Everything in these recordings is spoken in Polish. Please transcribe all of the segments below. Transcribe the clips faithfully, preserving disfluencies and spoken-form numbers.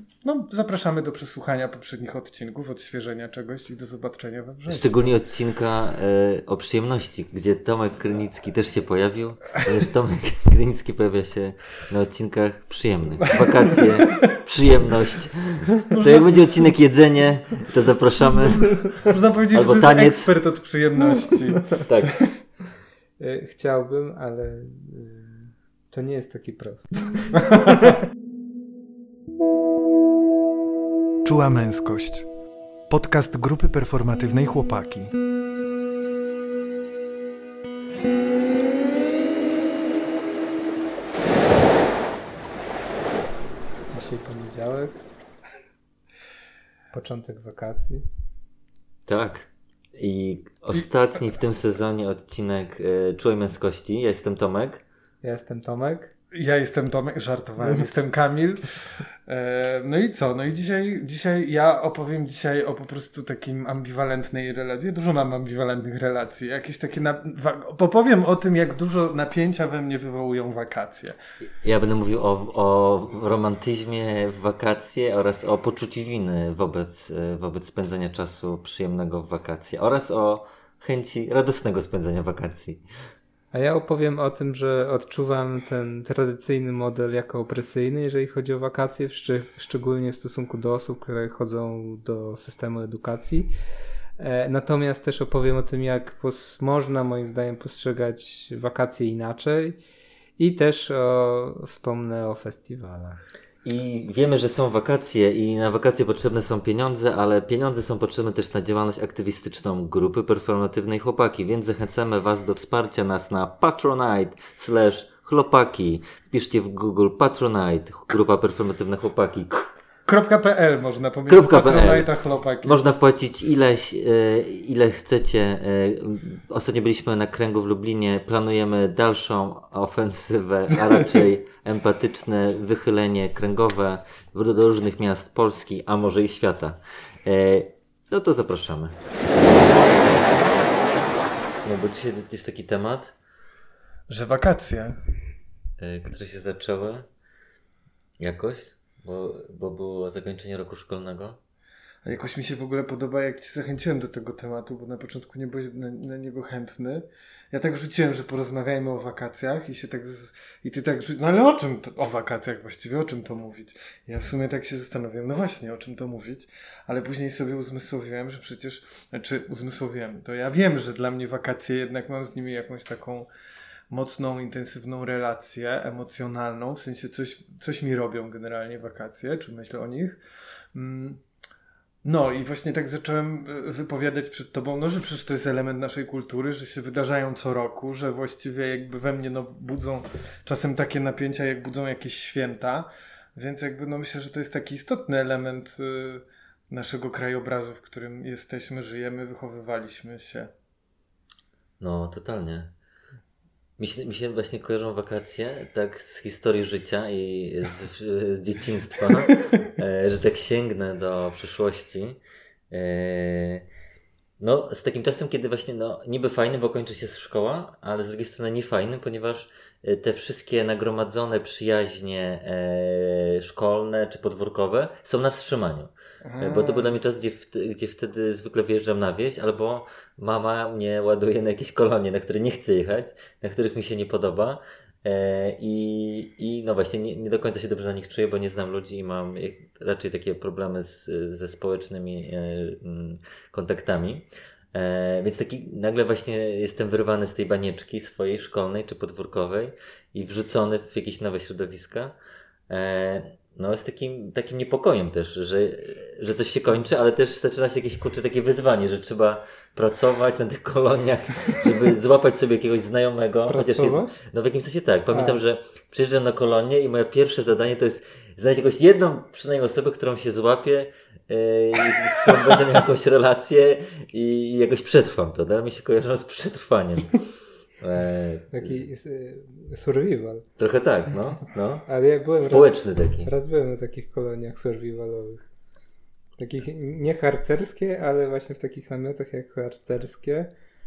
no, zapraszamy do przesłuchania poprzednich odcinków, odświeżenia czegoś i do zobaczenia we wrześniu. Szczególnie odcinka e, o przyjemności, gdzie Tomek Krynicki też się pojawił, ponieważ Tomek Krynicki pojawia się na odcinkach przyjemnych. Wakacje, przyjemność. To jak będzie odcinek jedzenie, to zapraszamy. Można powiedzieć, albo że to taniec. jest ekspert od przyjemności. Tak. Chciałbym, ale to nie jest taki prosty. Czuła męskość. Podcast grupy performatywnej Chłopaki. Dzisiaj poniedziałek. Początek wakacji. Tak. I ostatni w tym sezonie odcinek e, Czułej męskości. Ja jestem Tomek. Ja jestem Tomek. Ja jestem Tomek, żartowałem, jestem Kamil. E, no i co? No i dzisiaj, dzisiaj ja opowiem dzisiaj o po prostu takim ambiwalentnej relacji. Ja dużo mam ambiwalentnych relacji. Jakieś takie na, wa, opowiem o tym, jak dużo napięcia we mnie wywołują wakacje. Ja będę mówił o, o romantyzmie w wakacje oraz o poczuciu winy wobec, wobec spędzania czasu przyjemnego w wakacje oraz o chęci radosnego spędzania wakacji. A ja opowiem o tym, że odczuwam ten tradycyjny model jako opresyjny, jeżeli chodzi o wakacje, szcz- szczególnie w stosunku do osób, które chodzą do systemu edukacji. E, natomiast też opowiem o tym, jak pos- można moim zdaniem postrzegać wakacje inaczej i też o, wspomnę o festiwalach. I wiemy, że są wakacje i na wakacje potrzebne są pieniądze, ale pieniądze są potrzebne też na działalność aktywistyczną grupy performatywnej Chłopaki, więc zachęcamy Was do wsparcia nas na Patronite slash Chłopaki. Wpiszcie w Google Patronite, grupa performatywna Chłopaki. .pl można powiedzieć. Kropka .pl. Chłopaki. Można wpłacić ileś, ile chcecie. Ostatnio byliśmy na Kręgu w Lublinie. Planujemy dalszą ofensywę, a raczej empatyczne wychylenie kręgowe do różnych miast Polski, a może i świata. No to zapraszamy. No bo dzisiaj jest taki temat, że wakacje, które się zaczęły jakoś. Bo, bo było zakończenie roku szkolnego. A jakoś mi się w ogóle podoba, jak Cię zachęciłem do tego tematu, bo na początku nie byłeś na, na niego chętny. Ja tak rzuciłem, że porozmawiajmy o wakacjach i się tak z... i Ty tak rzuciłeś, no ale o czym to, o wakacjach właściwie, o czym to mówić? Ja w sumie tak się zastanowiłem, no właśnie, o czym to mówić, ale później sobie uzmysłowiłem, że przecież, znaczy uzmysłowiłem, to ja wiem, że dla mnie wakacje jednak mam z nimi jakąś taką mocną, intensywną relację emocjonalną, w sensie coś, coś mi robią generalnie wakacje, czy myślę o nich. No i właśnie tak zacząłem wypowiadać przed tobą, no że przecież to jest element naszej kultury, że się wydarzają co roku, że właściwie jakby we mnie no, budzą czasem takie napięcia, jak budzą jakieś święta, więc jakby no myślę, że to jest taki istotny element y, naszego krajobrazu, w którym jesteśmy, żyjemy, wychowywaliśmy się. No, totalnie. Mi się, mi się właśnie kojarzą wakacje tak z historii życia i z, z dzieciństwa, e, że tak sięgnę do przyszłości. E, no, z takim czasem, kiedy właśnie no, niby fajny, bo kończy się szkoła, ale z drugiej strony nie fajny, ponieważ te wszystkie nagromadzone przyjaźnie e, szkolne czy podwórkowe są na wstrzymaniu. A. Bo to był dla mnie czas, gdzie, w, gdzie wtedy zwykle wyjeżdżam na wieś, albo mama mnie ładuje na jakieś kolonie, na które nie chcę jechać, na których mi się nie podoba. E, i, I no właśnie nie, nie do końca się dobrze na nich czuję, bo nie znam ludzi i mam raczej takie problemy z, ze społecznymi e, kontaktami. E, więc taki nagle właśnie jestem wyrwany z tej banieczki swojej szkolnej czy podwórkowej i wrzucony w jakieś nowe środowiska. E, no z takim, takim niepokojem też, że, że coś się kończy, ale też zaczyna się jakieś kurczę takie wyzwanie, że trzeba pracować na tych koloniach, żeby złapać sobie jakiegoś znajomego. Pracować? Chociaż, no w jakimś sensie tak. Pamiętam, A. że przyjeżdżam na kolonię i moje pierwsze zadanie to jest znaleźć jakąś jedną przynajmniej osobę, którą się złapię, i z którą będę miał jakąś relację i jakoś przetrwam to. Dalej mi się kojarzą z przetrwaniem. Taki survival. Trochę tak, no. no. Ale ja byłem społeczny raz, taki. Raz byłem na takich koloniach survivalowych. Takich nie harcerskie, ale właśnie w takich namiotach jak harcerskie.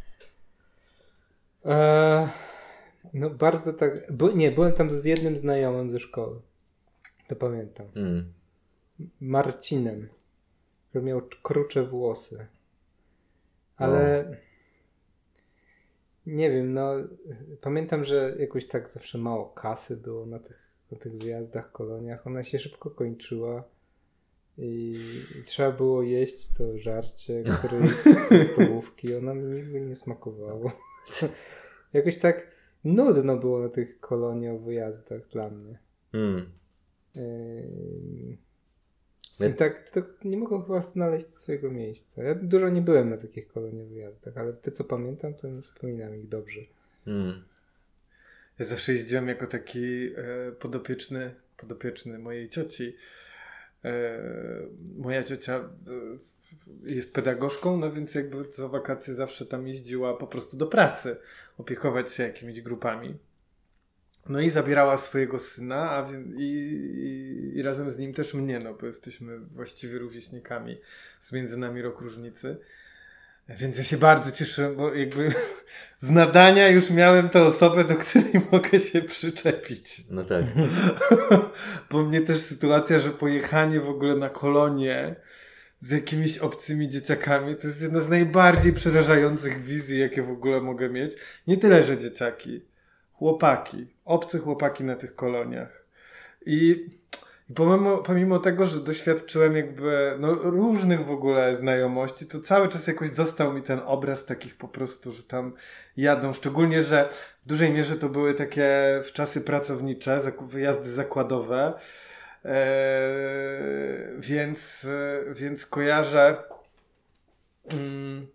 Eee, no bardzo tak... Bo, nie, byłem tam z jednym znajomym ze szkoły. To pamiętam. Mm. Marcinem, który miał krucze włosy. Ale no. nie wiem, no pamiętam, że jakoś tak zawsze mało kasy było na tych, na tych wyjazdach, koloniach. Ona się szybko kończyła i, i trzeba było jeść to żarcie, które jest ze stołówki. Ona mi nigdy nie smakowało. Jakoś tak nudno było na tych koloniach, wyjazdach dla mnie. Mm. Yy... I tak to nie mogą chyba znaleźć swojego miejsca. Ja dużo nie byłem na takich koloniach, wyjazdach, ale te co pamiętam, to nie wspominam ich dobrze. Mm. Ja zawsze jeździłem jako taki e, podopieczny, podopieczny mojej cioci. E, moja ciocia e, jest pedagogzką, no więc jakby co wakacje zawsze tam jeździła po prostu do pracy, opiekować się jakimiś grupami. No i zabierała swojego syna, a w, i, i, i razem z nim też mnie, no bo jesteśmy właściwie rówieśnikami, z między nami rok różnicy. Więc ja się bardzo cieszyłem, bo jakby z nadania już miałem tę osobę, do której mogę się przyczepić. No tak. Bo mnie też sytuacja, że pojechanie w ogóle na kolonię z jakimiś obcymi dzieciakami, to jest jedna z najbardziej przerażających wizji, jakie w ogóle mogę mieć. Nie tyle, że dzieciaki. Chłopaki, obce chłopaki na tych koloniach. I, i pomimo, pomimo tego, że doświadczyłem jakby no, różnych w ogóle znajomości, to cały czas jakoś został mi ten obraz takich po prostu, że tam jadą. Szczególnie, że w dużej mierze to były takie w czasy pracownicze, wyjazdy zakładowe. Eee, więc, więc kojarzę... Mm,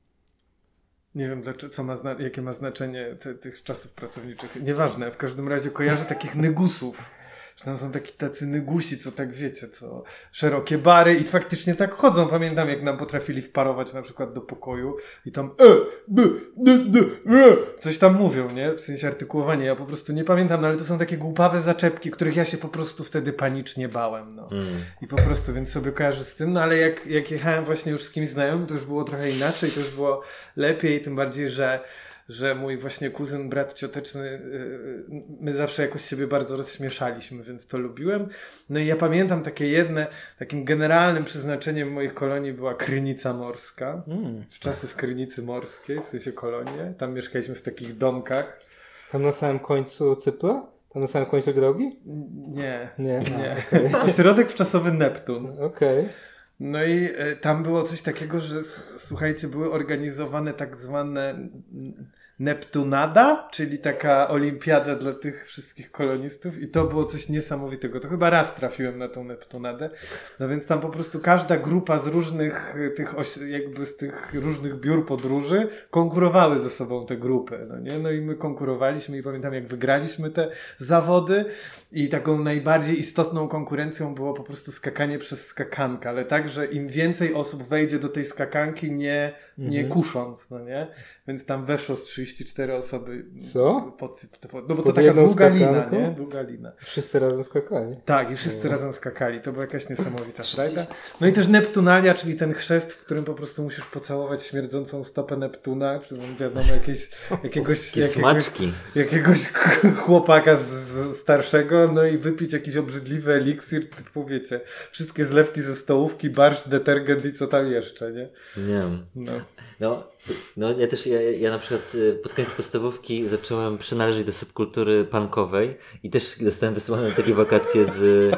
Nie wiem, dlaczego, co ma zna- jakie ma znaczenie te, tych czasów pracowniczych. Nieważne, w każdym razie kojarzę takich nygusów. Że tam są taki tacy nygusi, co tak wiecie, co szerokie bary i faktycznie tak chodzą. Pamiętam, jak nam potrafili wparować na przykład do pokoju i tam e, b, d, d, e, coś tam mówią, nie? W sensie artykułowanie. Ja po prostu nie pamiętam, no ale to są takie głupawe zaczepki, których ja się po prostu wtedy panicznie bałem, no. Mm. I po prostu, więc sobie kojarzę z tym, no ale jak, jak jechałem właśnie już z kimś znajomym, to już było trochę inaczej, to już było lepiej, tym bardziej, że że mój właśnie kuzyn, brat cioteczny, my zawsze jakoś siebie bardzo rozśmieszaliśmy, więc to lubiłem. No i ja pamiętam takie jedne, takim generalnym przeznaczeniem moich kolonii była Krynica Morska. Mm. W czasy w Krynicy Morskiej, w sensie kolonie. Tam mieszkaliśmy w takich domkach. Tam na samym końcu Cypla? Tam na samym końcu drogi? Nie. Nie. nie. Okay. Ośrodek wczasowy Neptun. Okej. Okay. No i y, tam było coś takiego, że s- słuchajcie, były organizowane tak zwane Neptunada, czyli taka olimpiada dla tych wszystkich kolonistów i to było coś niesamowitego. To chyba raz trafiłem na tą Neptunadę. No więc tam po prostu każda grupa z różnych tych, oś- jakby z tych różnych biur podróży konkurowały ze sobą te grupy, no nie? No i my konkurowaliśmy i pamiętam, jak wygraliśmy te zawody i taką najbardziej istotną konkurencją było po prostu skakanie przez skakankę, ale tak, że im więcej osób wejdzie do tej skakanki nie, nie mhm. kusząc, no nie? Więc tam weszło z trzydzieści cztery osoby. Co? Pod, pod, no bo pod to taka długa lina, nie? Długa lina. Wszyscy razem skakali. Tak, i wszyscy no. razem skakali. To była jakaś niesamowita frajda. No i też Neptunalia, czyli ten chrzest, w którym po prostu musisz pocałować śmierdzącą stopę Neptuna, czy wiadomo, jakieś, jakiegoś, jakiegoś, jakiegoś chłopaka z, z starszego, no i wypić jakiś obrzydliwy eliksir, typu wiecie, wszystkie zlewki ze stołówki, barszcz, detergent i co tam jeszcze, nie? Nie. No. No, no ja też, ja, ja na przykład pod koniec podstawówki zacząłem przynależeć do subkultury punkowej i też dostałem wysyłane takie wakacje z,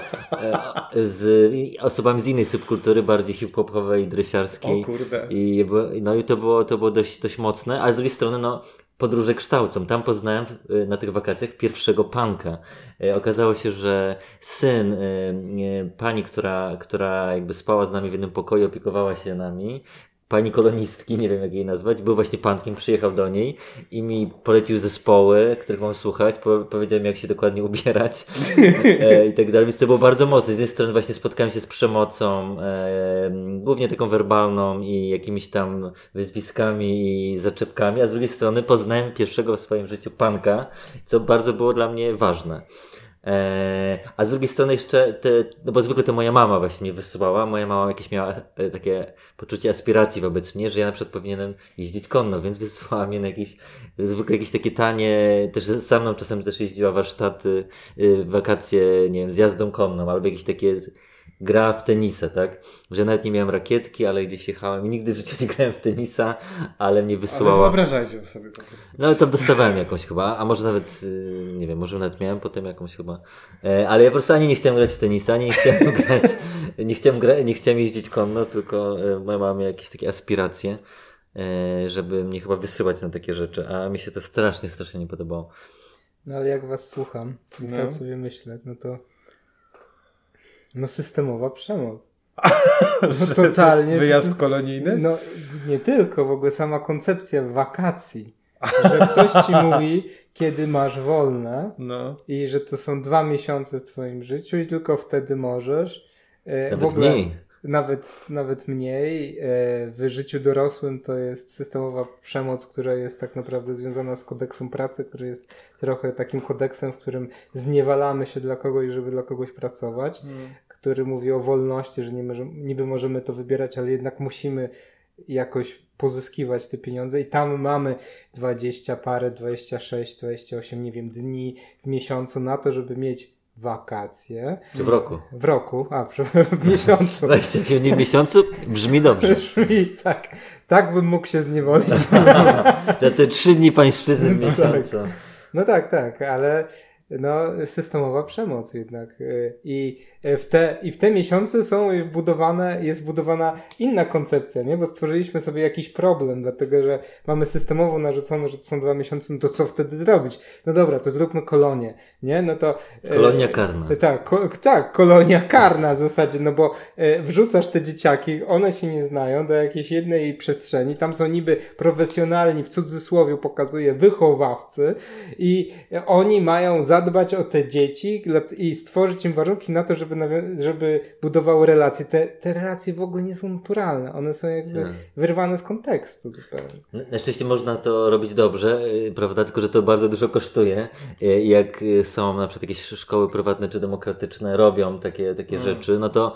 z osobami z innej subkultury, bardziej hip-hopowej, dresiarskiej. O kurde. I, no i to było, to było dość, dość mocne, ale z drugiej strony, no, podróże kształcą. Tam poznałem na tych wakacjach pierwszego punka. Okazało się, że syn pani, która, która jakby spała z nami w jednym pokoju, opiekowała się nami, pani kolonistki, nie wiem jak jej nazwać, był właśnie punkiem, przyjechał do niej i mi polecił zespoły, których mam słuchać, po, powiedział mi jak się dokładnie ubierać e, i tak dalej, więc to było bardzo mocne. Z jednej strony właśnie spotkałem się z przemocą, e, głównie taką werbalną i jakimiś tam wyzwiskami i zaczepkami, a z drugiej strony poznałem pierwszego w swoim życiu punka, co bardzo było dla mnie ważne. Eee, a z drugiej strony jeszcze, te, no bo zwykle to moja mama właśnie mnie wysyłała, moja mama jakieś miała e, takie poczucie aspiracji wobec mnie, że ja na przykład powinienem jeździć konno, więc wysyłała mnie na jakieś, zwykle jakieś takie tanie, też za mną czasem też jeździła warsztaty, y, wakacje, nie wiem, z jazdą konną, albo jakieś takie gra w tenisa, tak? Że nawet nie miałem rakietki, ale gdzieś jechałem i nigdy w życiu nie grałem w tenisa, ale mnie wysyłała... Ale wyobrażajcie sobie po prostu. No tam dostawałem jakąś chyba, a może nawet, nie wiem, może nawet miałem potem jakąś chyba. Ale ja po prostu ani nie chciałem grać w tenisa, ani nie chciałem grać, nie chciałem, gra, nie chciałem jeździć konno, tylko moja mama miała jakieś takie aspiracje, żeby mnie chyba wysyłać na takie rzeczy, a mi się to strasznie, strasznie nie podobało. No ale jak was słucham i No. teraz sobie myślę, no to no systemowa przemoc. No totalnie. Wyjazd kolonijny? No nie tylko, w ogóle sama koncepcja wakacji. Że ktoś ci mówi, kiedy masz wolne No. i że to są dwa miesiące w twoim życiu i tylko wtedy możesz. E, Nawet w ogóle, mniej. Nawet, nawet mniej. E, w życiu dorosłym to jest systemowa przemoc, która jest tak naprawdę związana z kodeksem pracy, który jest trochę takim kodeksem, w którym zniewalamy się dla kogoś, żeby dla kogoś pracować, Hmm. który mówi o wolności, że nie możemy, niby możemy to wybierać, ale jednak musimy jakoś pozyskiwać te pieniądze i tam mamy dwadzieścia parę, dwadzieścia sześć, dwadzieścia osiem, nie wiem, dni w miesiącu na to, żeby mieć wakacje. Czy w roku? W roku, a w miesiącu. dwadzieścia dni w miesiącu brzmi dobrze. Brzmi tak, tak bym mógł się zniewolić. Za te trzy dni pańszczyzny w No miesiącu. No tak, tak, ale no, systemowa przemoc jednak. I w te, i w te miesiące są wbudowane, jest wbudowana inna koncepcja, nie? Bo stworzyliśmy sobie jakiś problem, dlatego że mamy systemowo narzucone, że to są dwa miesiące, no to co wtedy zrobić? No dobra, to zróbmy kolonię, nie? No to... Kolonia karna. E, tak, ko, tak, kolonia karna w zasadzie, no bo e, wrzucasz te dzieciaki, one się nie znają do jakiejś jednej przestrzeni, tam są niby profesjonalni, w cudzysłowie pokazuje, wychowawcy i oni mają zadbać o te dzieci i stworzyć im warunki na to, żeby żeby budowały relacje. Te, te relacje w ogóle nie są naturalne. One są jakby tak. wyrwane z kontekstu zupełnie. Na szczęście można to robić dobrze, prawda? Tylko że to bardzo dużo kosztuje. Jak są na przykład jakieś szkoły prywatne czy demokratyczne, robią takie, takie hmm. rzeczy, no to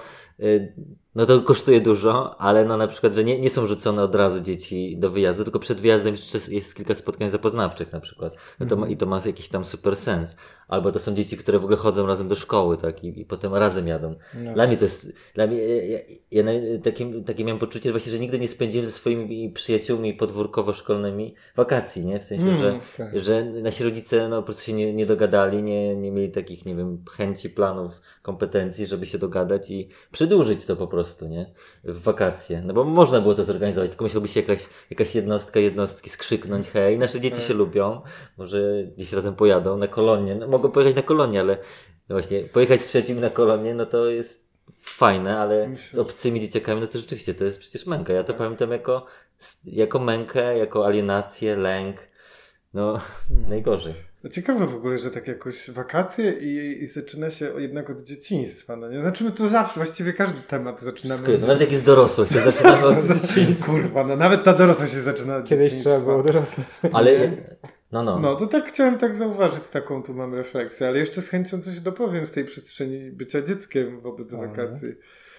no to kosztuje dużo, ale no na przykład, że nie, nie są rzucone od razu dzieci do wyjazdu, tylko przed wyjazdem jeszcze jest kilka spotkań zapoznawczych na przykład. No to ma, I to ma jakiś tam super sens. Albo to są dzieci, które w ogóle chodzą razem do szkoły, tak? I, i potem razem jadą. No. Dla mnie to jest, dla mnie, ja, ja, ja takie, takie miałem poczucie, że właśnie, że nigdy nie spędziłem ze swoimi przyjaciółmi podwórkowo-szkolnymi wakacji, nie? W sensie, mm, że, tak. że nasi rodzice no po prostu się nie, nie dogadali, nie, nie mieli takich, nie wiem, chęci, planów, kompetencji, żeby się dogadać i przedłużyć to po prostu. Nie? W wakacje. No bo można było to zorganizować, tylko musiałby się jakaś, jakaś jednostka, jednostki skrzyknąć, hej, nasze dzieci się lubią, może gdzieś razem pojadą na kolonię, no, mogą pojechać na kolonię, ale no właśnie, pojechać z przyjaciółmi na kolonię, no to jest fajne, ale z obcymi dzieciakami, no to rzeczywiście, to jest przecież męka. Ja to pamiętam jako, jako mękę, jako alienację, lęk, no, no. najgorzej. Ciekawe w ogóle, że tak jakoś wakacje i, i zaczyna się jednak od dzieciństwa. No nie? Znaczy my to zawsze, właściwie każdy temat zaczynamy Wszystko, od no, nawet jak jest dorosłość, to zaczynamy od dzieciństwa. Kurwa, no nawet ta dorosłość się zaczyna od Kiedyś dzieciństwa. trzeba było dorosnąć. Ale, no no. No to tak chciałem tak zauważyć, taką tu mam refleksję, ale jeszcze z chęcią coś dopowiem z tej przestrzeni bycia dzieckiem wobec Aha. wakacji.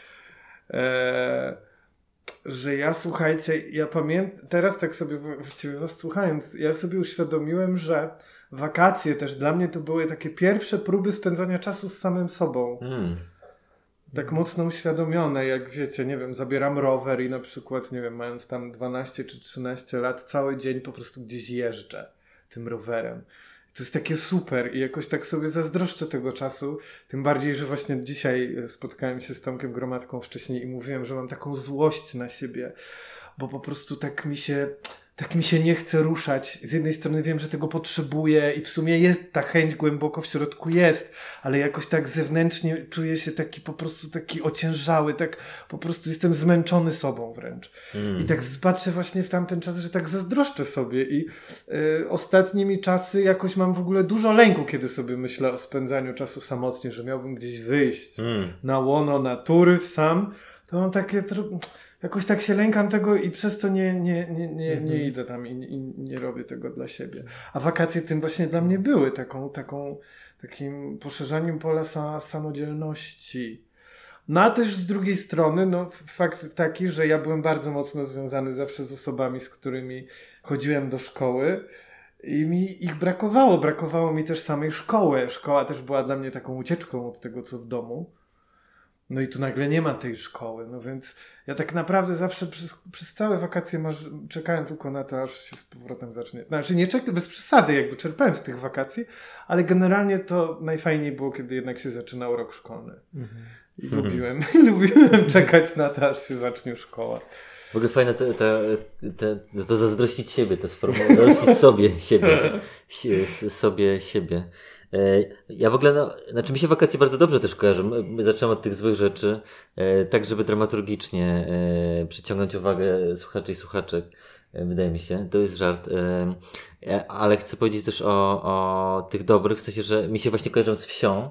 Eee, że ja, słuchajcie, ja pamiętam, teraz tak sobie właściwie was słuchając, ja sobie uświadomiłem, że wakacje też dla mnie to były takie pierwsze próby spędzania czasu z samym sobą. Mm. Tak mocno uświadomione, jak wiecie, nie wiem, zabieram rower i na przykład, nie wiem, mając tam dwanaście czy trzynaście lat, cały dzień po prostu gdzieś jeżdżę tym rowerem. To jest takie super i jakoś tak sobie zazdroszczę tego czasu, tym bardziej, że właśnie dzisiaj spotkałem się z Tomkiem Gromadką wcześniej i mówiłem, że mam taką złość na siebie, bo po prostu tak mi się... Tak mi się nie chce ruszać. Z jednej strony wiem, że tego potrzebuję i w sumie jest ta chęć głęboko w środku jest, ale jakoś tak zewnętrznie czuję się taki po prostu taki ociężały, tak po prostu jestem zmęczony sobą wręcz. Mm. I tak patrzę właśnie w tamten czas, że tak zazdroszczę sobie i y, ostatnimi czasy jakoś mam w ogóle dużo lęku, kiedy sobie myślę o spędzaniu czasu samotnie, że miałbym gdzieś wyjść mm. na łono natury w sam, to mam takie... Tr- Jakoś tak się lękam tego i przez to nie, nie, nie, nie, nie mm-hmm. idę tam i, i nie robię tego dla siebie. A wakacje tym właśnie dla mnie były taką, taką, takim poszerzaniem pola sa, samodzielności. No a też z drugiej strony, no fakt taki, że ja byłem bardzo mocno związany zawsze z osobami, z którymi chodziłem do szkoły i mi ich brakowało. Brakowało mi też samej szkoły. Szkoła też była dla mnie taką ucieczką od tego, co w domu. No i tu nagle nie ma tej szkoły, no więc ja tak naprawdę zawsze przez, przez całe wakacje masz, czekałem tylko na to, aż się z powrotem zacznie. Znaczy nie czekałem, bez przesady jakby czerpałem z tych wakacji, ale generalnie to najfajniej było, kiedy jednak się zaczynał rok szkolny. Mhm. I mhm. lubiłem, lubiłem czekać na to, aż się zacznie szkoła. W ogóle fajne te, te, te, to zazdrościć siebie, to sformułować, zazdrościć sobie siebie, sobie siebie. Ja w ogóle, no, znaczy mi się wakacje bardzo dobrze też kojarzą. Zacząłem od tych złych rzeczy, tak żeby dramaturgicznie przyciągnąć uwagę słuchaczy i słuchaczek. Wydaje mi się, to jest żart. Ale chcę powiedzieć też o, o tych dobrych, w sensie, że mi się właśnie kojarzą z wsią.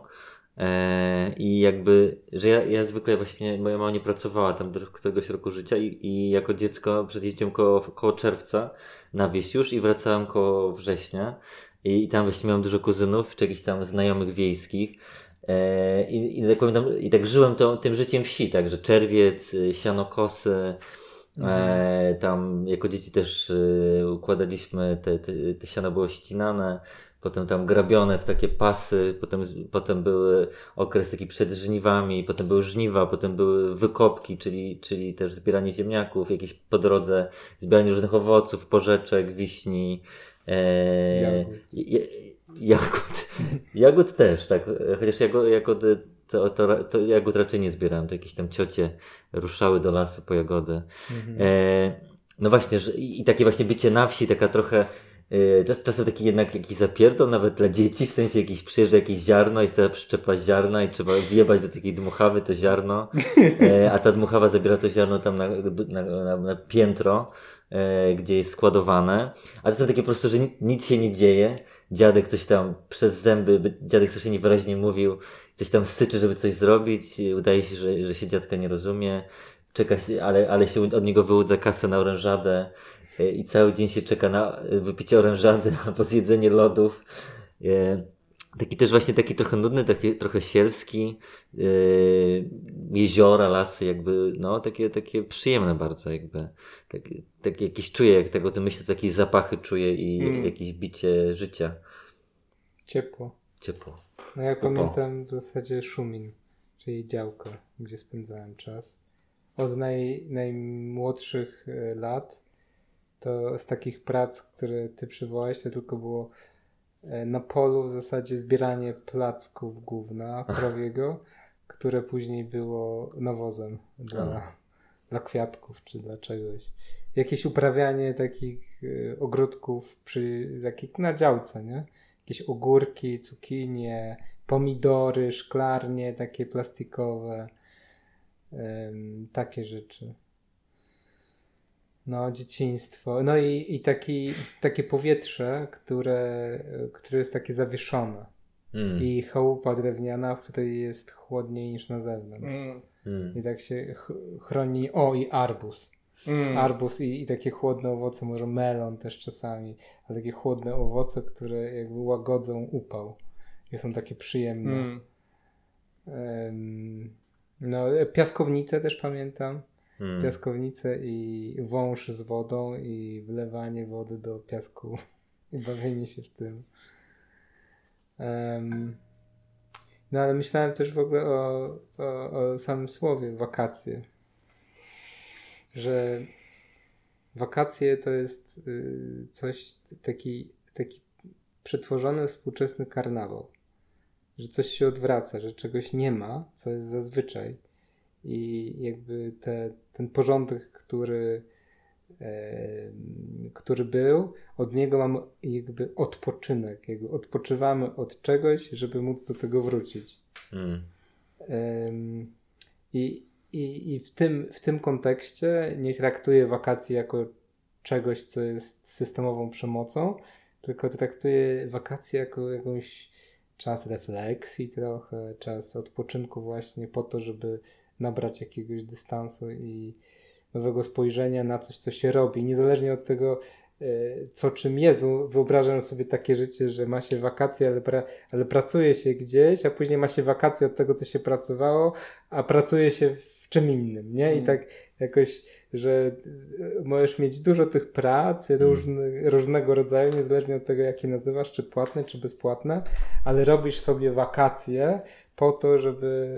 I jakby, że ja, ja zwykle właśnie, moja mama nie pracowała tam do któregoś roku życia i, i jako dziecko przejeździłem koło, koło czerwca na wieś już i wracałem koło września i, i tam właśnie miałem dużo kuzynów czy jakichś tam znajomych wiejskich e, i, i, tak pamiętam, i tak żyłem to, tym życiem wsi, także czerwiec, sianokosy, e, tam jako dzieci też e, układaliśmy, te, te, te siano było ścinane. Potem tam grabione w takie pasy, potem, potem były okres taki przed żniwami, potem były żniwa, potem były wykopki, czyli, czyli też zbieranie ziemniaków, jakieś po drodze zbieranie różnych owoców, porzeczek, wiśni, e, jagód. Jagód. Jagód też, tak. Chociaż jagód, jagód, to, to, to jagód raczej nie zbierałem, to jakieś tam ciocie ruszały do lasu po jagody. Mhm. E, no właśnie, że, i takie właśnie bycie na wsi, taka trochę Czas, czasem taki jednak jakiś zapierdol nawet dla dzieci, w sensie jakiś przyjeżdża jakieś ziarno i trzeba przyczepać ziarna i trzeba wjebać do takiej dmuchawy to ziarno, e, a ta dmuchawa zabiera to ziarno tam na, na, na, na piętro, e, gdzie jest składowane, a czasem takie po prostu, że nic się nie dzieje, dziadek coś tam przez zęby, dziadek strasznie niewyraźnie mówił, coś tam syczy, żeby coś zrobić, udaje się, że, że się dziadka nie rozumie, czeka się, ale, ale się od niego wyłudza kasę na orężadę, i cały dzień się czeka na wypicie orężady albo zjedzenie lodów. Taki też właśnie taki trochę nudny, taki trochę sielski. Jeziora, lasy jakby, no takie, takie przyjemne bardzo jakby. Tak, tak jakieś czuję, jak tego to myślę, to jakieś zapachy czuję i mm. jakieś bicie życia. Ciepło. Ciepło. No ja Popo. pamiętam w zasadzie Szumin, czyli działko, gdzie spędzałem czas. Od naj, najmłodszych lat to z takich prac, które ty przywołałeś, to tylko było na polu w zasadzie zbieranie placków gówna krowiego, które później było nawozem dla, dla kwiatków czy dla czegoś. Jakieś uprawianie takich ogródków przy takich na działce, nie? Jakieś ogórki, cukinie, pomidory, szklarnie takie plastikowe, um, takie rzeczy. No, dzieciństwo. No i, i taki, takie powietrze, które, które jest takie zawieszone. Mm. I chałupa drewniana, w której jest chłodniej niż na zewnątrz. Mm. I tak się ch- chroni. O, i arbuz. Mm. Arbuz i, i takie chłodne owoce, może melon też czasami, ale takie chłodne owoce, które jakby łagodzą upał. I są takie przyjemne. Mm. Um, no, piaskownice też pamiętam. Hmm. Piaskownicę i wąż z wodą i wlewanie wody do piasku i bawienie się w tym. Um, no ale myślałem też w ogóle o, o, o samym słowie wakacje. Że wakacje to jest y, coś, taki, taki przetworzony współczesny karnawał. Że coś się odwraca, że czegoś nie ma, co jest zazwyczaj. I jakby te, ten porządek, który, e, który był, od niego mamy jakby odpoczynek. Jakby odpoczywamy od czegoś, żeby móc do tego wrócić. Mm. E, I i, i w, tym, w tym kontekście nie traktuję wakacji jako czegoś, co jest systemową przemocą, tylko traktuję wakacje jako jakąś czas refleksji trochę, czas odpoczynku właśnie po to, żeby nabrać jakiegoś dystansu i nowego spojrzenia na coś, co się robi. Niezależnie od tego, co czym jest, bo wyobrażam sobie takie życie, że ma się wakacje, ale, pra- ale pracuje się gdzieś, a później ma się wakacje od tego, co się pracowało, a pracuje się w czym innym, nie? Mm. I tak jakoś, że możesz mieć dużo tych prac różny, różnego rodzaju, niezależnie od tego, jakie nazywasz, czy płatne, czy bezpłatne, ale robisz sobie wakacje po to, żeby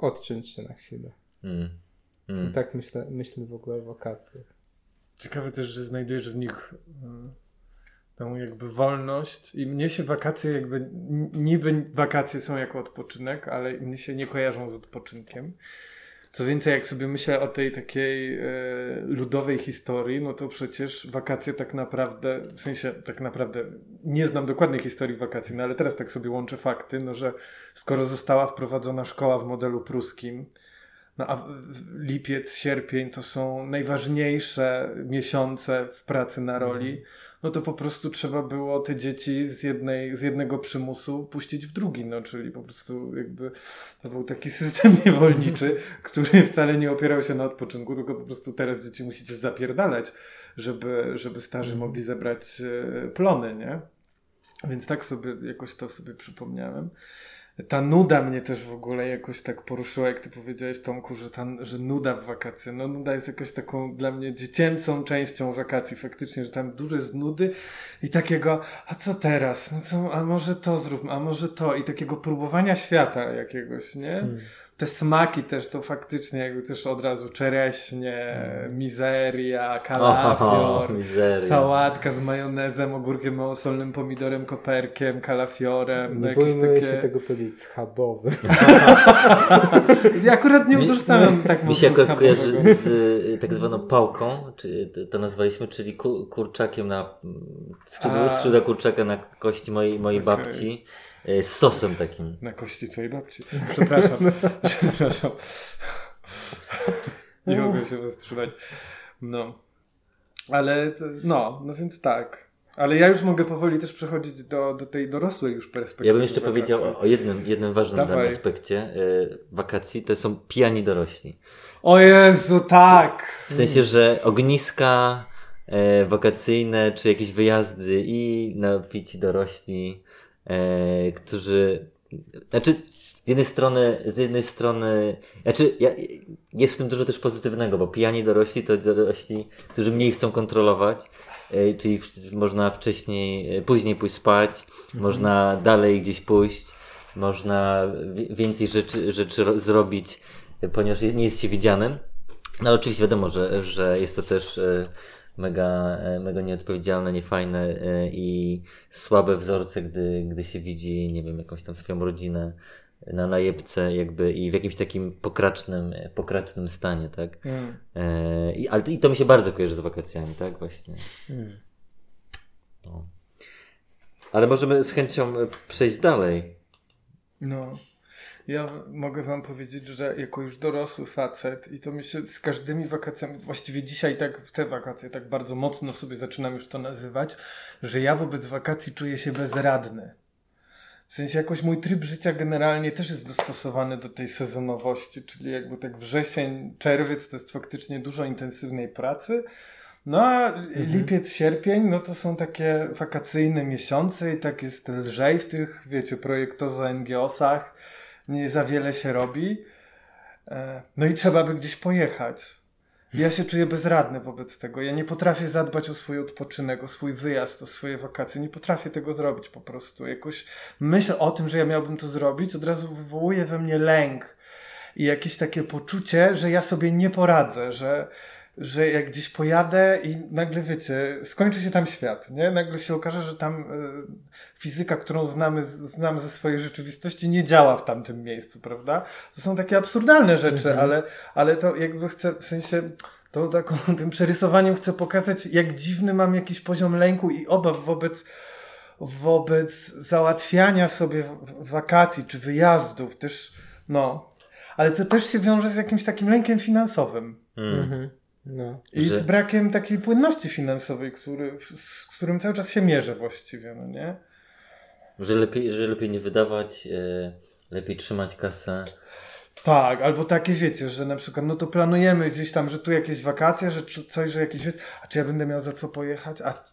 odciąć się na chwilę. Mm. Mm. I tak myślę, myślę w ogóle o wakacjach. Ciekawe też, że znajdujesz w nich y, tą jakby wolność i mnie się wakacje jakby, niby wakacje są jako odpoczynek, ale mnie się nie kojarzą z odpoczynkiem. Co więcej, jak sobie myślę o tej takiej e, ludowej historii, no to przecież wakacje tak naprawdę, w sensie tak naprawdę nie znam dokładnej historii wakacji, no ale teraz tak sobie łączę fakty, no że skoro została wprowadzona szkoła w modelu pruskim, no a lipiec, sierpień to są najważniejsze miesiące w pracy na roli, no to po prostu trzeba było te dzieci z, jednej, z jednego przymusu puścić w drugi, no czyli po prostu jakby to był taki system niewolniczy, który wcale nie opierał się na odpoczynku, tylko po prostu teraz dzieci musicie zapierdalać, żeby, żeby starzy mogli zebrać plony, nie? Więc tak sobie jakoś to sobie przypomniałem. Ta nuda mnie też w ogóle jakoś tak poruszyła, jak ty powiedziałeś, Tomku, że, ta, że nuda w wakacje. No nuda jest jakaś taką dla mnie dziecięcą częścią wakacji faktycznie, że tam dużo jest nudy i takiego, a co teraz? No co, a może to zróbmy, a może to i takiego próbowania świata jakiegoś, nie? Hmm. Te smaki też to faktycznie jakby też od razu czereśnie, mizeria, kalafior, mizeria. Sałatka z majonezem, ogórkiem małosolnym, pomidorem, koperkiem, kalafiorem. Nie no bójmy takie... się tego powiedzieć, schabowy. Ja akurat nie utożsamiam tak mocno. Mi się akurat kojarzy z tak zwaną pałką, czy to nazwaliśmy, czyli ku, kurczakiem na skrzydła, skrzydła kurczaka na kości mojej, mojej okay. babci. Z sosem takim. Na kości twojej babci. Przepraszam. Przepraszam. Nie mogę się wstrzymać. No. Ale no, no więc tak. Ale ja już mogę powoli też przechodzić do, do tej dorosłej już perspektywy. Ja bym jeszcze wakacji. powiedział o jednym, jednym ważnym dla mnie aspekcie y, wakacji. To są pijani dorośli. O Jezu, tak! W sensie, że ogniska y, wakacyjne, czy jakieś wyjazdy i napici dorośli, E, którzy, znaczy z jednej strony, z jednej strony, znaczy ja, jest w tym dużo też pozytywnego, bo pijani dorośli to dorośli, którzy mniej chcą kontrolować, e, czyli w, można wcześniej, później pójść spać, mhm. można dalej gdzieś pójść, można w, więcej rzeczy, rzeczy ro, zrobić, ponieważ nie jest się widzianym. No ale oczywiście wiadomo, że, że jest to też e, mega, mega nieodpowiedzialne, niefajne i słabe wzorce, gdy, gdy się widzi, nie wiem, jakąś tam swoją rodzinę na najebce jakby i w jakimś takim pokracznym, pokracznym stanie, tak? Mm. E, i, ale to, i to mi się bardzo kojarzy z wakacjami, tak? Właśnie. Mm. No. Ale możemy z chęcią przejść dalej. No. Ja mogę wam powiedzieć, że jako już dorosły facet i to mi się z każdymi wakacjami, właściwie dzisiaj tak w te wakacje tak bardzo mocno sobie zaczynam już to nazywać, że ja wobec wakacji czuję się bezradny. W sensie jakoś mój tryb życia generalnie też jest dostosowany do tej sezonowości, czyli jakby tak wrzesień, czerwiec to jest faktycznie dużo intensywnej pracy, no a mhm. lipiec, sierpień, no to są takie wakacyjne miesiące i tak jest lżej w tych, wiecie, projektozo en gie osach, nie za wiele się robi. No i trzeba by gdzieś pojechać. Ja się czuję bezradny wobec tego. Ja nie potrafię zadbać o swój odpoczynek, o swój wyjazd, o swoje wakacje. Nie potrafię tego zrobić po prostu. Jakoś myśl o tym, że ja miałbym to zrobić, od razu wywołuje we mnie lęk i jakieś takie poczucie, że ja sobie nie poradzę, że że jak gdzieś pojadę i nagle, wiecie, skończy się tam świat, nie? Nagle się okaże, że tam y, fizyka, którą znamy, znam ze swojej rzeczywistości, nie działa w tamtym miejscu, prawda? To są takie absurdalne rzeczy, mhm. ale, ale to jakby chcę, w sensie, to taką, tym przerysowaniem chcę pokazać, jak dziwny mam jakiś poziom lęku i obaw wobec, wobec załatwiania sobie w, w wakacji czy wyjazdów też, no. Ale to też się wiąże z jakimś takim lękiem finansowym. Mm. Mhm. No. I że... z brakiem takiej płynności finansowej, który, z którym cały czas się mierzę właściwie, no nie? Że lepiej, że lepiej nie wydawać, yy, lepiej trzymać kasę. Tak, albo takie wiecie, że na przykład no to planujemy gdzieś tam, że tu jakieś wakacje, że coś, że jakieś wiec, a czy ja będę miał za co pojechać? A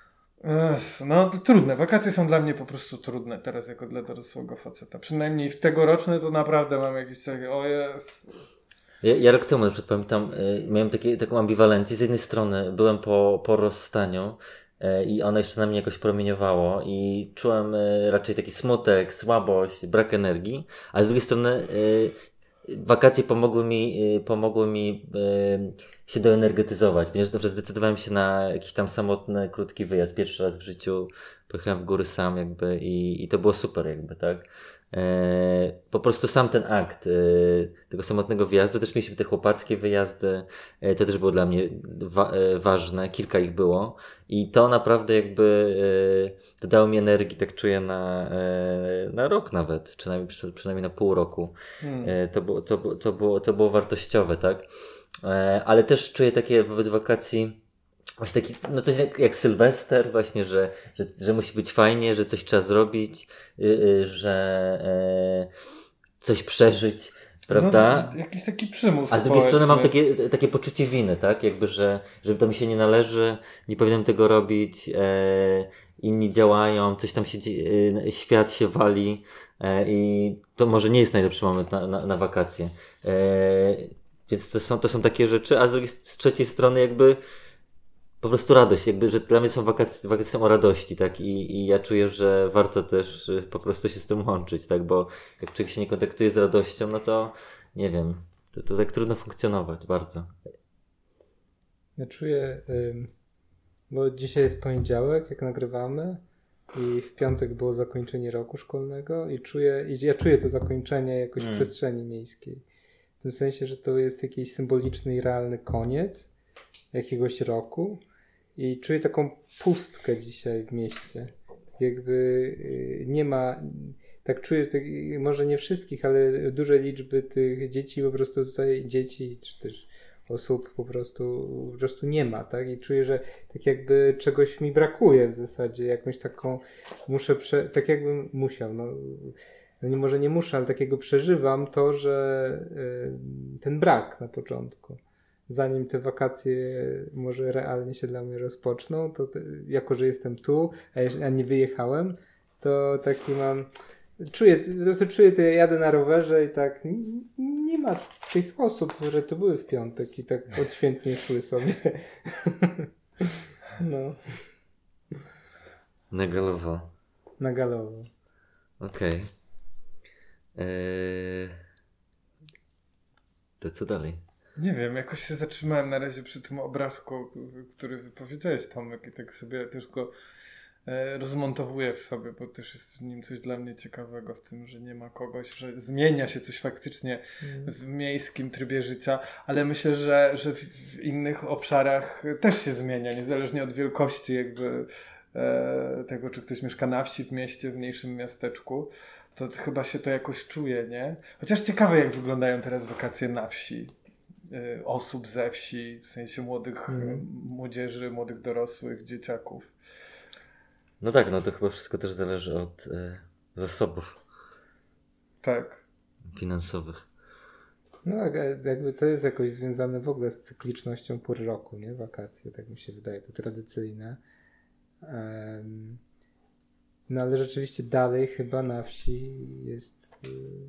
no to trudne, wakacje są dla mnie po prostu trudne teraz jako dla dorosłego faceta. Przynajmniej w tegoroczne to naprawdę mam jakieś takie, o jest... Ja, ja rok temu na przykład pamiętam, y, miałem takie, taką ambiwalencję. Z jednej strony byłem po, po rozstaniu y, i ono jeszcze na mnie jakoś promieniowało i czułem y, raczej taki smutek, słabość, brak energii, ale z drugiej strony y, wakacje pomogły mi, pomogły mi się doenergetyzować, ponieważ na przykład zdecydowałem się na jakiś tam samotny, krótki wyjazd. Pierwszy raz w życiu pojechałem w góry sam jakby i, i to było super jakby, tak. E, po prostu sam ten akt e, tego samotnego wyjazdu, też mieliśmy te chłopackie wyjazdy, e, to też było dla mnie wa- e, ważne, kilka ich było i to naprawdę jakby e, dodało mi energii, tak czuję, na, e, na rok nawet, przynajmniej, przy, przynajmniej na pół roku. Hmm. E, to, było, to, to, było, to było wartościowe, tak? E, ale też czuję takie wobec wakacji właśnie taki, no coś jak, jak Sylwester właśnie, że, że, że musi być fajnie, że coś trzeba zrobić, yy, że yy, coś przeżyć, prawda? No, jakiś taki przymus. A z drugiej strony mam takie, takie poczucie winy, tak? Jakby, że, że to mi się nie należy, nie powinienem tego robić, yy, inni działają, coś tam się dzieje, yy, świat się wali yy, i to może nie jest najlepszy moment na, na, na wakacje. Yy, więc to są, to są takie rzeczy, a z drugiej, z trzeciej strony jakby po prostu radość, jakby, że dla mnie są wakacje, wakacje są o radości, tak, I, i ja czuję, że warto też po prostu się z tym łączyć, tak, bo jak człowiek się nie kontaktuje z radością, no to nie wiem, to, to tak trudno funkcjonować bardzo. Ja czuję, bo dzisiaj jest poniedziałek, jak nagrywamy i w piątek było zakończenie roku szkolnego i czuję, i ja czuję to zakończenie jakoś hmm. w przestrzeni miejskiej. W tym sensie, że to jest jakiś symboliczny i realny koniec jakiegoś roku i czuję taką pustkę dzisiaj w mieście. Tak jakby nie ma, tak czuję, tak, może nie wszystkich, ale duże liczby tych dzieci, po prostu tutaj dzieci, czy też osób po prostu, po prostu nie ma, tak? I czuję, że tak jakby czegoś mi brakuje w zasadzie, jakąś taką, muszę, prze, tak jakbym musiał, no, no nie, może nie muszę, ale takiego przeżywam to, że y, ten brak na początku. Zanim te wakacje może realnie się dla mnie rozpoczną, to te, jako, że jestem tu, a, ja, a nie wyjechałem, to taki mam, czuję, po prostu czuję, to ja jadę na rowerze i tak nie, nie ma tych osób, które tu były w piątek i tak odświętnie szły sobie. No. Na galowo. Na galowo. Okej. Okay. Eee... To co dalej? Nie wiem, jakoś się zatrzymałem na razie przy tym obrazku, który wypowiedziałeś, Tomek, i tak sobie też go e, rozmontowuję w sobie, bo też jest w nim coś dla mnie ciekawego w tym, że nie ma kogoś, że zmienia się coś faktycznie mm. w miejskim trybie życia, ale myślę, że, że w, w innych obszarach też się zmienia, niezależnie od wielkości jakby e, tego, czy ktoś mieszka na wsi, w mieście, w mniejszym miasteczku. To chyba się to jakoś czuje, nie? Chociaż ciekawe, jak wyglądają teraz wakacje na wsi. Osób ze wsi, w sensie młodych mm. młodzieży, młodych dorosłych, dzieciaków. No tak, no to chyba wszystko też zależy od e, zasobów. Tak. Finansowych. No tak, jakby to jest jakoś związane w ogóle z cyklicznością pór roku, nie? Wakacje, tak mi się wydaje, to tradycyjne. Um, no ale rzeczywiście dalej chyba na wsi jest...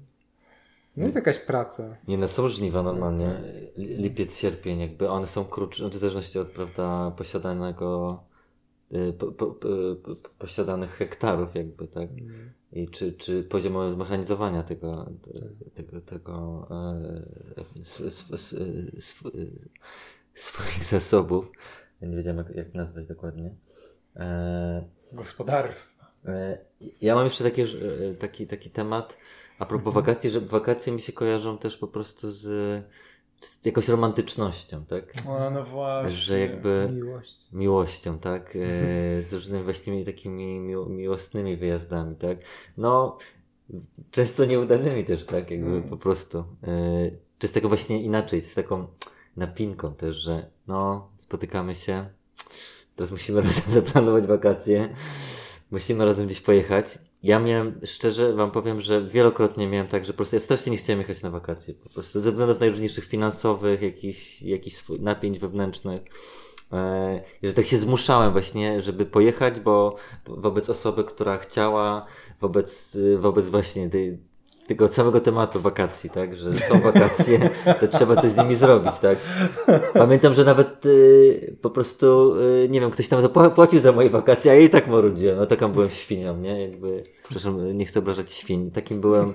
No jest jakaś praca. Nie, no są żniwa normalnie. Lipiec, sierpień, jakby one są krótsze, w zależności od, prawda, posiadanego po, po, po, po, posiadanych hektarów jakby, tak? Mm. I czy, czy poziomu zmechanizowania tego te, tego, tego e, sw, sw, sw, sw, swoich zasobów. Ja nie wiedziałem jak, jak nazwać dokładnie. E, Gospodarstwa. E, ja mam jeszcze taki, taki, taki temat a propos mhm. wakacji, że wakacje mi się kojarzą też po prostu z, z jakąś romantycznością, tak? O, no właśnie. Że jakby Miłość. miłością, tak? E, z różnymi właśnie takimi mi, miłosnymi wyjazdami, tak? No, często nieudanymi też, tak? Jakby mm. po prostu. E, czy z tego właśnie inaczej, z taką napinką też, że no, spotykamy się, teraz musimy razem zaplanować wakacje, musimy razem gdzieś pojechać. Ja miałem, szczerze wam powiem, że wielokrotnie miałem tak, że po prostu ja strasznie nie chciałem jechać na wakacje. Po prostu ze względów najróżniejszych finansowych, jakichś, jakichś swój, napięć wewnętrznych. E, I że tak się zmuszałem właśnie, żeby pojechać, bo wobec osoby, która chciała, wobec, wobec właśnie tej, tego samego tematu wakacji, tak, że są wakacje, to trzeba coś z nimi zrobić, tak. Pamiętam, że nawet y, po prostu, y, nie wiem, ktoś tam zapłacił za moje wakacje, a ja i tak marudziłem, no taką byłem świnią, nie, jakby, przepraszam, nie chcę obrażać świń, takim byłem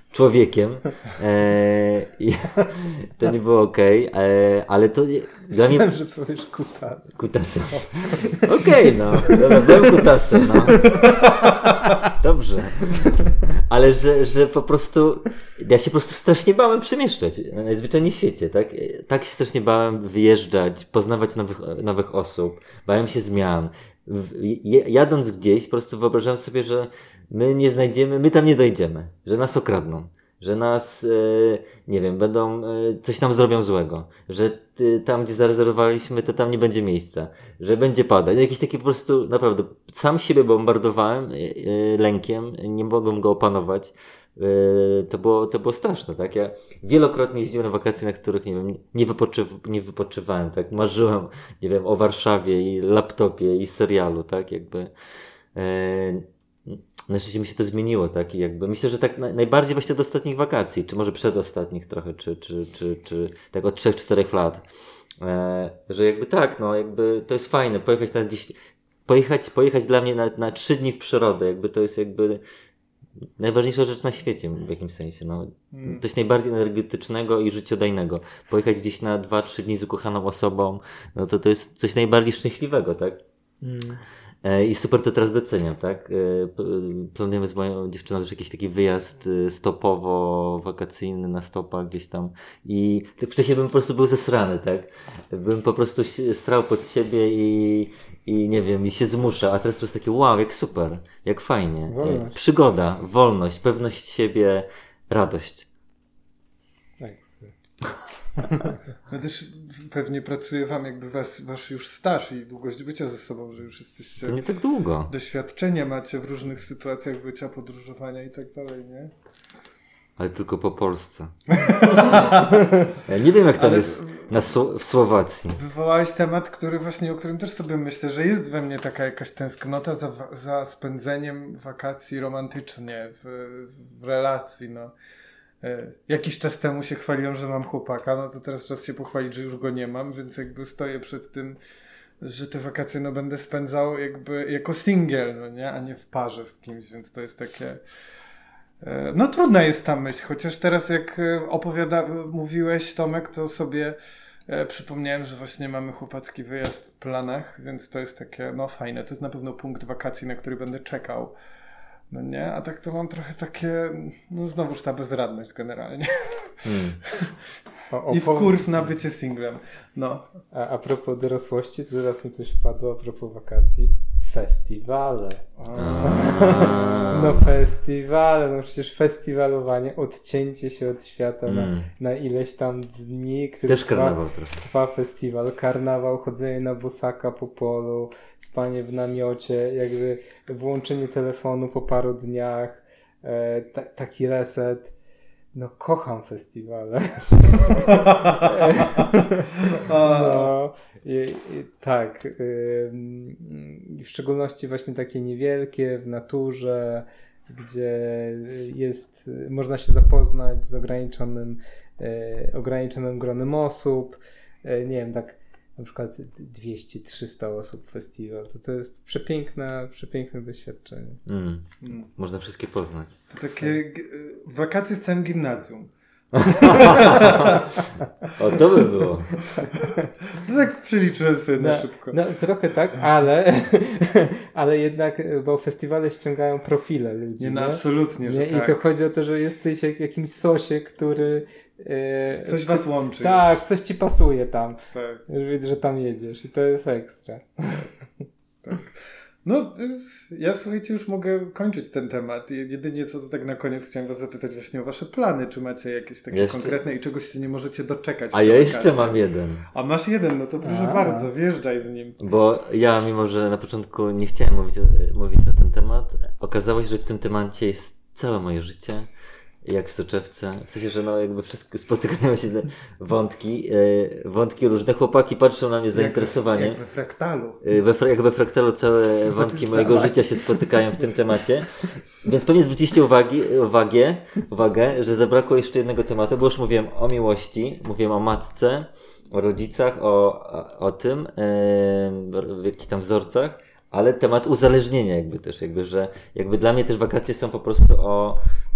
człowiekiem. E, i to nie było okej, okay, ale to dla mnie... Myślałem, że powiesz kutas. Kutasem. Okej, okay, no. Dobra, byłem kutasem, no. Dobrze. Ale że, że po prostu ja się po prostu strasznie bałem przemieszczać. Najzwyczajniej w świecie, tak? Tak się strasznie bałem wyjeżdżać, poznawać nowych, nowych osób. Bałem się zmian. Jadąc gdzieś, po prostu wyobrażałem sobie, że my nie znajdziemy, my tam nie dojdziemy, że nas okradną, że nas, nie wiem, będą, coś nam zrobią złego, że tam, gdzie zarezerwowaliśmy, to tam nie będzie miejsca, że będzie padać. Jakiś taki po prostu, naprawdę, sam siebie bombardowałem lękiem, nie mogłem go opanować. To było, to było straszne, tak? Ja wielokrotnie jeździłem na wakacje, na których, nie wiem, nie, wypoczyw, nie wypoczywałem, tak? Marzyłem, nie wiem, o Warszawie i laptopie i serialu, tak? Jakby... Na szczęście mi się to zmieniło, tak? I jakby myślę, że tak na, najbardziej właśnie do ostatnich wakacji, czy może przedostatnich trochę, czy, czy, czy, czy tak od trzech czterech lat. E, że jakby tak, no jakby to jest fajne, pojechać na gdzieś, pojechać, pojechać dla mnie na, na trzy dni w przyrodę, jakby to jest jakby najważniejsza rzecz na świecie w jakimś sensie, no. Hmm. Coś najbardziej energetycznego i życiodajnego. Pojechać gdzieś na dwa, trzy dni z ukochaną osobą, no to to jest coś najbardziej szczęśliwego, tak? Hmm. I super to teraz doceniam, tak? Planujemy z moją dziewczyną już jakiś taki wyjazd stopowo-wakacyjny na stopach gdzieś tam i wcześniej bym po prostu był zesrany, tak? Bym po prostu strał pod siebie i, i nie wiem, i się zmusza, a teraz to jest takie wow, jak super, jak fajnie. Wolność. Przygoda, wolność, pewność siebie, radość. Ekstra. No też pewnie pracuje wam jakby was, wasz już staż i długość bycia ze sobą, że już jesteście... To nie tak długo. Doświadczenia macie w różnych sytuacjach bycia, podróżowania i tak dalej, nie? Ale tylko po Polsce. Ja nie wiem jak tam Ale... jest na Sł- w Słowacji. Wywołałeś temat, który właśnie, o którym też sobie myślę, że jest we mnie taka jakaś tęsknota za, za spędzeniem wakacji romantycznie, w, w relacji, no. Jakiś czas temu się chwaliłem, że mam chłopaka, no to teraz czas się pochwalić, że już go nie mam, więc jakby stoję przed tym, że te wakacje no będę spędzał jakby jako singiel, no nie, a nie w parze z kimś, więc to jest takie... No trudna jest ta myśl, chociaż teraz jak opowiada, mówiłeś Tomek, to sobie e, przypomniałem, że właśnie mamy chłopacki wyjazd w planach, więc to jest takie, no fajne, to jest na pewno punkt wakacji, na który będę czekał. No nie, a tak to mam trochę takie, no znowuż ta bezradność generalnie. Hmm. O, I wkurw na bycie singlem. No. A, a propos dorosłości, to zaraz mi coś wpadło a propos wakacji. Festiwale. No festiwale, no przecież festiwalowanie, odcięcie się od świata mm. na, na ileś tam dni, który Też trwa, karnawał trochę. trwa festiwal, karnawał, chodzenie na bosaka po polu, spanie w namiocie, jakby włączenie telefonu po paru dniach, e, ta, taki reset. No kocham festiwale. No, i, i, tak. Y, w szczególności właśnie takie niewielkie, w naturze, gdzie jest, można się zapoznać z ograniczonym, y, ograniczonym gronem osób. Y, nie wiem, tak na przykład dwieście trzysta osób festiwal. To, to jest przepiękne, przepiękne doświadczenie. Mm. Mm. Można wszystkie poznać. To takie g- wakacje z całym gimnazjum. O, to by było. To tak przeliczyłem sobie no, na szybko. No trochę tak, ale ale jednak, bo festiwale ściągają profile ludzi. Nie, no nie? Absolutnie, że nie? tak. I to chodzi o to, że jesteś jak jakimś sosie, który e, coś was łączy. Tak, już. Coś ci pasuje tam. Tak. Już widzę, że tam jedziesz i to jest ekstra. Tak. No, ja słuchajcie, już mogę kończyć ten temat. Jedynie co to tak na koniec chciałem was zapytać właśnie o wasze plany. Czy macie jakieś takie jeszcze... konkretne i czegoś się nie możecie doczekać? A ja jeszcze wakacji? Mam jeden. A masz jeden, no to proszę A. bardzo, wjeżdżaj z nim. Bo ja, mimo że na początku nie chciałem mówić, mówić na ten temat, okazało się, że w tym temacie jest całe moje życie. Jak w soczewce. W sensie, że no jakby wszystko spotykają się wątki, e, wątki różne. Chłopaki patrzą na mnie z zainteresowaniem. Jak we fraktalu. E, we, jak we fraktalu całe wątki mojego życia się spotykają w tym temacie. Więc pewnie zwróciliście uwagi, uwagę, uwagę, że zabrakło jeszcze jednego tematu, bo już mówiłem o miłości, mówiłem o matce, o rodzicach, o, o, o tym, e, w jakichś tam wzorcach, ale temat uzależnienia jakby też, jakby, że jakby dla mnie też wakacje są po prostu o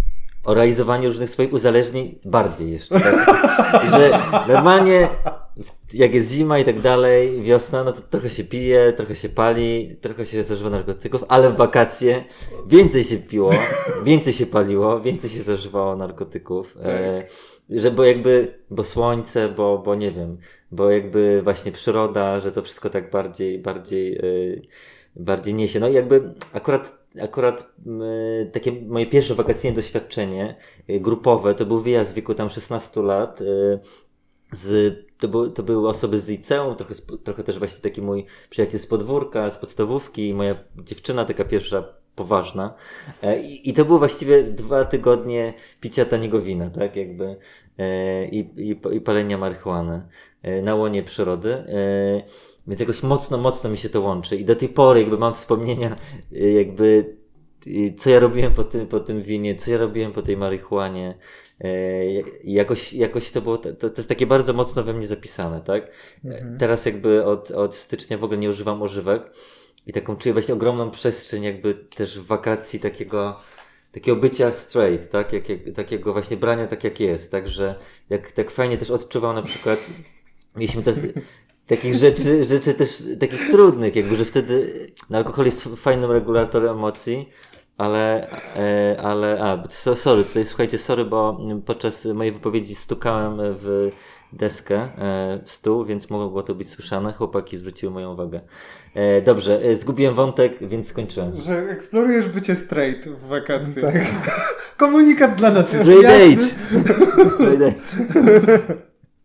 o realizowaniu różnych swoich uzależnień bardziej jeszcze. Tak? Że normalnie jak jest zima i tak dalej, wiosna, no to trochę się pije, trochę się pali, trochę się zażywa narkotyków, ale w wakacje więcej się piło, więcej się paliło, więcej się zażywało narkotyków. Tak. E, że bo jakby, bo słońce, bo, bo nie wiem, bo jakby właśnie przyroda, że to wszystko tak bardziej, bardziej, e, bardziej niesie. No i jakby akurat Akurat y, takie moje pierwsze wakacyjne doświadczenie y, grupowe to był wyjazd w wieku tam szesnastu lat. Y, z, to, był, to były osoby z liceum, trochę, trochę też właśnie taki mój przyjaciel z podwórka, z podstawówki i moja dziewczyna taka pierwsza poważna. Y, I to było właściwie dwa tygodnie picia taniego wina, tak jakby y, i, i, i palenia marihuany y, na łonie przyrody. Y, Więc jakoś mocno, mocno mi się to łączy i do tej pory jakby mam wspomnienia jakby co ja robiłem po tym, po tym winie, co ja robiłem po tej marihuanie. Jakoś, jakoś to było, to, to jest takie bardzo mocno we mnie zapisane, tak? Mhm. Teraz jakby od, od stycznia w ogóle nie używam używek i taką czuję właśnie ogromną przestrzeń jakby też wakacji takiego takiego bycia straight, tak? Jak, jak, takiego właśnie brania tak jak jest, tak? Że jak tak fajnie też odczuwał na przykład mieliśmy też takich rzeczy, rzeczy też takich trudnych, jakby, że wtedy no, alkohol jest fajnym regulatorem emocji, ale, e, ale, a, so, sorry, tutaj słuchajcie, sorry, bo podczas mojej wypowiedzi stukałem w deskę, e, w stół, więc mogło to być słyszane. Chłopaki zwróciły moją uwagę. E, dobrze, e, zgubiłem wątek, więc skończyłem. Że eksplorujesz bycie straight w wakacje. Tak. Komunikat dla nas jest Straight jasny. age. Straight age.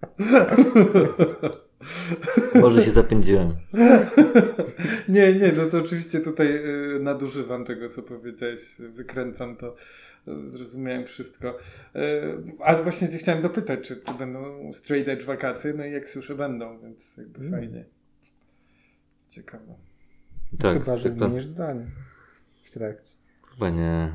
Może się zapędziłem. Nie, nie, no to oczywiście tutaj y, nadużywam tego, co powiedziałeś, wykręcam to, zrozumiałem wszystko. Y, a właśnie chciałem dopytać, czy, czy będą straight edge wakacje, no i jak słyszę będą, więc jakby mm. fajnie. Ciekawe. Tak, chyba, że zmienisz zdanie w trakcie. Chyba nie.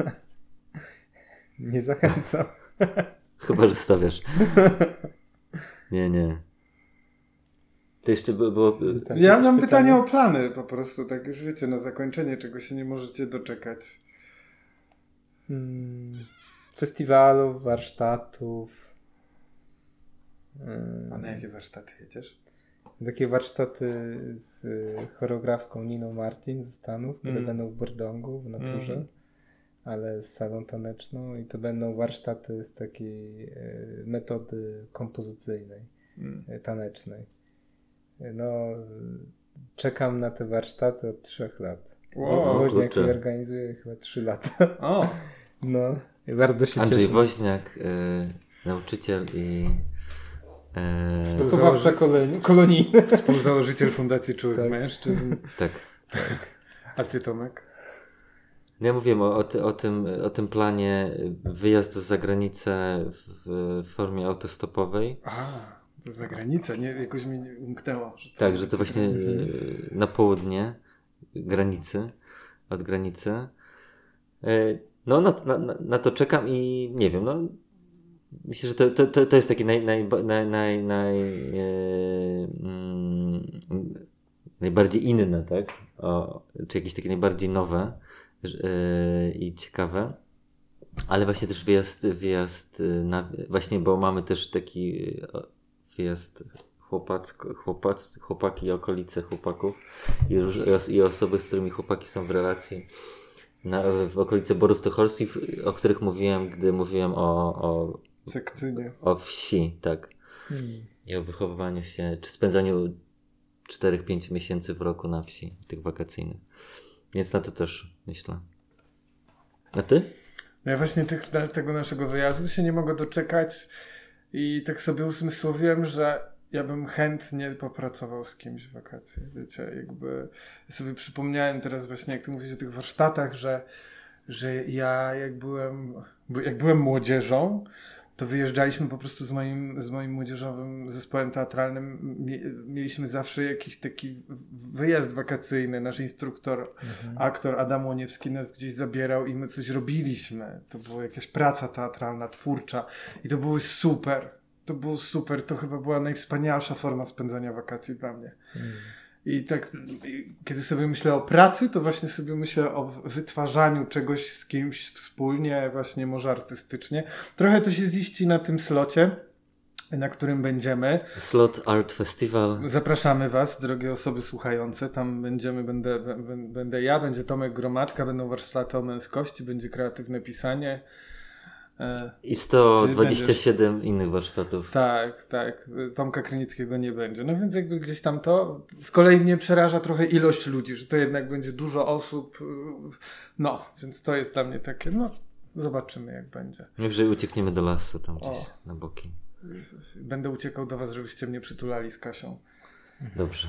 Nie zachęcam. Chyba, że stawiasz. Nie, nie. To jeszcze by było... Tak, ja mam pytanie? pytanie o plany po prostu, tak już wiecie, na zakończenie, czego się nie możecie doczekać. Hmm, festiwalów, warsztatów. Hmm. A na jakie warsztaty jedziesz? Takie warsztaty z choreografką Niną Martin ze Stanów, które mm. będą w Bordongu, w naturze, mm. ale z salą taneczną i to będą warsztaty z takiej y, metody kompozycyjnej, mm. y, tanecznej. No, czekam na te warsztaty od trzech lat. Wow, Woźniak je organizuje chyba trzy lata. O. No, i bardzo się Andrzej cieszę. Woźniak, y, nauczyciel i y, wychowawca kolonijny. Współzałożyciel Fundacji Czułych tak. Mężczyzn. Tak. tak. A ty, Tomek? Ja mówiłem o, o, ty, o, tym, o tym planie wyjazdu za granicę w, w formie autostopowej. A. Za granicę, nie? Jakoś mi umknęło. Że tak, że to właśnie na południe granicy, od granicy. No na, na, na to czekam i nie wiem, no myślę, że to, to, to jest takie naj, naj, naj, naj, naj, e, mm, najbardziej inne, tak? O, czy jakieś takie najbardziej nowe e, i ciekawe. Ale właśnie też wyjazd, wyjazd na, właśnie, bo mamy też taki wyjazd chłopacko, chłopac, chłopaki i okolice chłopaków i, róż, i osoby, z którymi chłopaki są w relacji na, w okolice Borów Tucholskich, o których mówiłem, gdy mówiłem o, o, o wsi, tak. Hmm. I o wychowywaniu się, czy spędzaniu cztery pięć miesięcy w roku na wsi, tych wakacyjnych. Więc na to też myślę. A ty? Ja właśnie tych, tego naszego wyjazdu się nie mogę doczekać i tak sobie usmysłowiłem, że ja bym chętnie popracował z kimś w wakacje, wiecie, jakby sobie przypomniałem teraz właśnie, jak ty mówisz o tych warsztatach, że, że ja jak byłem, jak byłem młodzieżą, to wyjeżdżaliśmy po prostu z moim, z moim młodzieżowym zespołem teatralnym, mieliśmy zawsze jakiś taki wyjazd wakacyjny, nasz instruktor, mhm. aktor Adam Łoniewski nas gdzieś zabierał i my coś robiliśmy, to była jakaś praca teatralna, twórcza i to było super. To było super, to chyba była najwspanialsza forma spędzania wakacji dla mnie. Mm. I tak, i kiedy sobie myślę o pracy, to właśnie sobie myślę o wytwarzaniu czegoś z kimś wspólnie, właśnie może artystycznie. Trochę to się ziści na tym slocie, na którym będziemy. Slot Art Festival. Zapraszamy Was, drogie osoby słuchające. Tam będziemy, będę, b- będę ja, będzie Tomek Gromadka, będą warsztaty o męskości, będzie kreatywne pisanie. E, I sto dwadzieścia będziesz- siedem innych warsztatów. Tak, tak. Tomka Krynickiego nie będzie. No więc jakby gdzieś tam to. Z kolei mnie przeraża trochę ilość ludzi, że to jednak będzie dużo osób. No, więc to jest dla mnie takie, no, zobaczymy jak będzie. Najwyżej uciekniemy do lasu tam gdzieś O. na boki. Będę uciekał do Was, żebyście mnie przytulali z Kasią. Dobrze.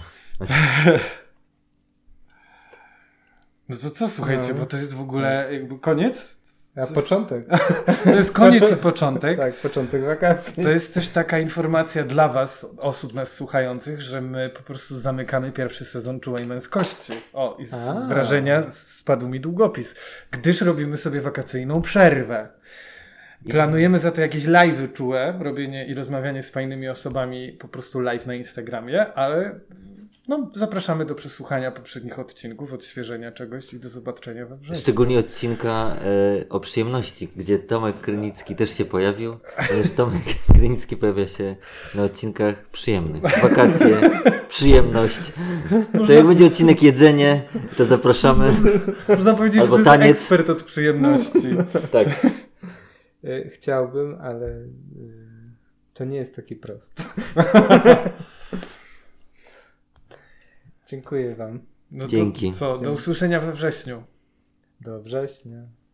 No to co, słuchajcie, No. bo to jest w ogóle jakby koniec? A początek. To jest koniec Począ- i początek. Tak, początek wakacji. To jest też taka informacja dla Was, osób nas słuchających, że my po prostu zamykamy pierwszy sezon Czułej Męskości. O, i z, A. z wrażenia spadł mi długopis. Gdyż robimy sobie wakacyjną przerwę. Planujemy za to jakieś live'y czułe, robienie i rozmawianie z fajnymi osobami, po prostu live na Instagramie, ale no, zapraszamy do przesłuchania poprzednich odcinków, odświeżenia czegoś i do zobaczenia we wrześniu. Szczególnie odcinka e, o przyjemności, gdzie Tomek Krynicki też się pojawił, ponieważ Tomek Krynicki pojawia się na odcinkach przyjemnych. Wakacje, przyjemność. To jak będzie odcinek jedzenie, to zapraszamy. Można powiedzieć, Albo że to jest taniec. ekspert od przyjemności. Tak. Y, Chciałbym, ale y, to nie jest taki prosty. Dziękuję Wam. No Dzięki. To co, do usłyszenia we wrześniu. Do września.